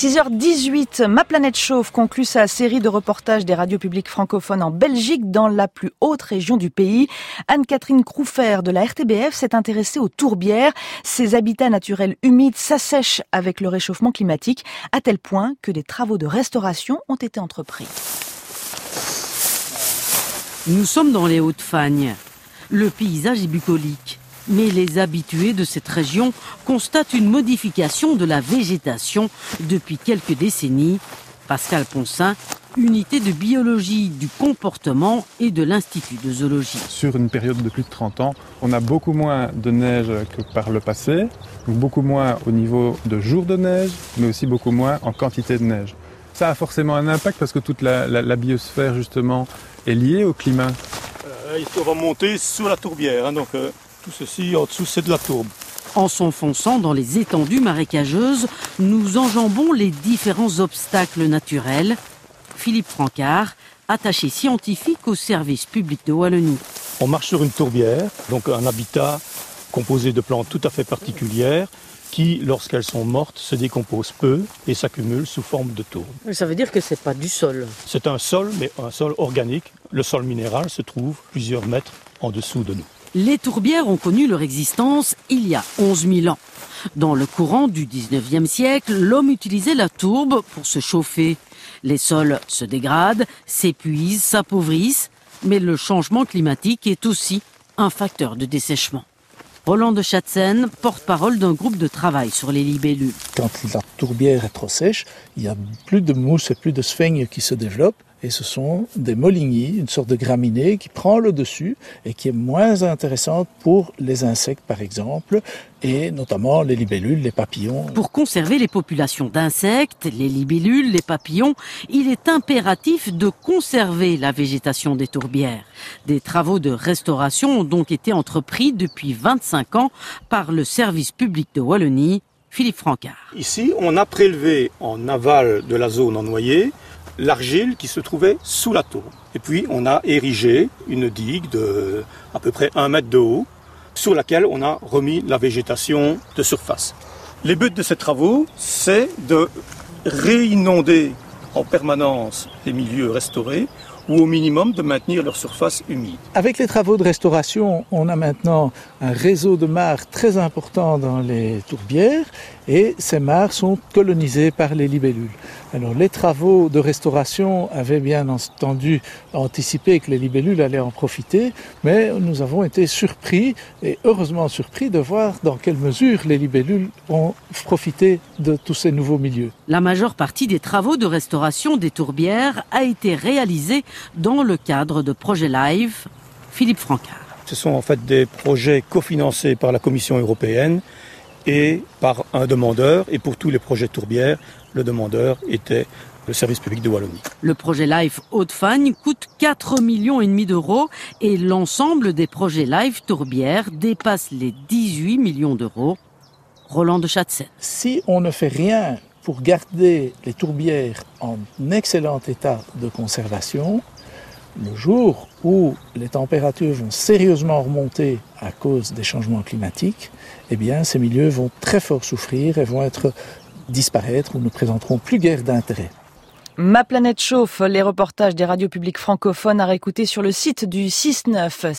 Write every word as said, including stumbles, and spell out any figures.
six heures dix-huit, Ma planète chauffe conclut sa série de reportages des radios publiques francophones en Belgique, dans la plus haute région du pays. Anne-Catherine Crouffer de la R T B F s'est intéressée aux tourbières. Ces habitats naturels humides s'assèchent avec le réchauffement climatique, à tel point que des travaux de restauration ont été entrepris. Nous sommes dans les Hauts-de-Fagne. Le paysage est bucolique. Mais les habitués de cette région constatent une modification de la végétation depuis quelques décennies. Pascal Poncin, unité de biologie du comportement et de l'Institut de zoologie. Sur une période de plus de trente ans, on a beaucoup moins de neige que par le passé, donc beaucoup moins au niveau de jours de neige, mais aussi beaucoup moins en quantité de neige. Ça a forcément un impact parce que toute la, la, la biosphère justement est liée au climat. Euh, ici on va monter sur la tourbière, hein, donc euh, tout ceci en dessous c'est de la tourbe. En s'enfonçant dans les étendues marécageuses, nous enjambons les différents obstacles naturels. Philippe Francard, attaché scientifique au service public de Wallonie. On marche sur une tourbière, donc un habitat composé de plantes tout à fait particulières qui, lorsqu'elles sont mortes, se décomposent peu et s'accumulent sous forme de tourbe. Ça veut dire que c'est pas du sol. C'est un sol, mais un sol organique. Le sol minéral se trouve plusieurs mètres en dessous de nous. Les tourbières ont connu leur existence il y a onze mille ans. Dans le courant du dix-neuvième siècle, l'homme utilisait la tourbe pour se chauffer. Les sols se dégradent, s'épuisent, s'appauvrissent, mais le changement climatique est aussi un facteur de dessèchement. Roland de Chatzen, porte-parole d'un groupe de travail sur les libellules. Quand la tourbière est trop sèche, il n'y a plus de mousse et plus de sphènes qui se développent. Et ce sont des molinies, une sorte de graminée qui prend le dessus et qui est moins intéressante pour les insectes, par exemple, et notamment les libellules, les papillons. Pour conserver les populations d'insectes, les libellules, les papillons, il est impératif de conserver la végétation des tourbières. Des travaux de restauration ont donc été entrepris depuis vingt-cinq ans par le service public de Wallonie, Philippe Francard. Ici, on a prélevé en aval de la zone ennoyée l'argile qui se trouvait sous la tourbe. Et puis on a érigé une digue de à peu près un mètre de haut sur laquelle on a remis la végétation de surface. Les buts de ces travaux, c'est de réinonder en permanence les milieux restaurés ou au minimum de maintenir leur surface humide. Avec les travaux de restauration, on a maintenant un réseau de mares très important dans les tourbières et ces mares sont colonisées par les libellules. Alors les travaux de restauration avaient bien entendu anticipé que les libellules allaient en profiter, mais nous avons été surpris, et heureusement surpris, de voir dans quelle mesure les libellules ont profité de tous ces nouveaux milieux. La majeure partie des travaux de restauration des tourbières a été réalisée dans le cadre de projets LIFE. Philippe Francard. Ce sont en fait des projets cofinancés par la Commission européenne et par un demandeur. Et pour tous les projets tourbières, le demandeur était le service public de Wallonie. Le projet LIFE Hauts-de-Fagne coûte quatre millions et demi d'euros et l'ensemble des projets LIFE tourbières dépasse les dix-huit millions d'euros. Roland de Chatzen. Si on ne fait rien pour garder les tourbières en excellent état de conservation, le jour où les températures vont sérieusement remonter à cause des changements climatiques, eh bien, ces milieux vont très fort souffrir et vont être disparaître ou ne présenteront plus guère d'intérêt. Ma planète chauffe, les reportages des radios publiques francophones à réécouter sur le site du six neuf.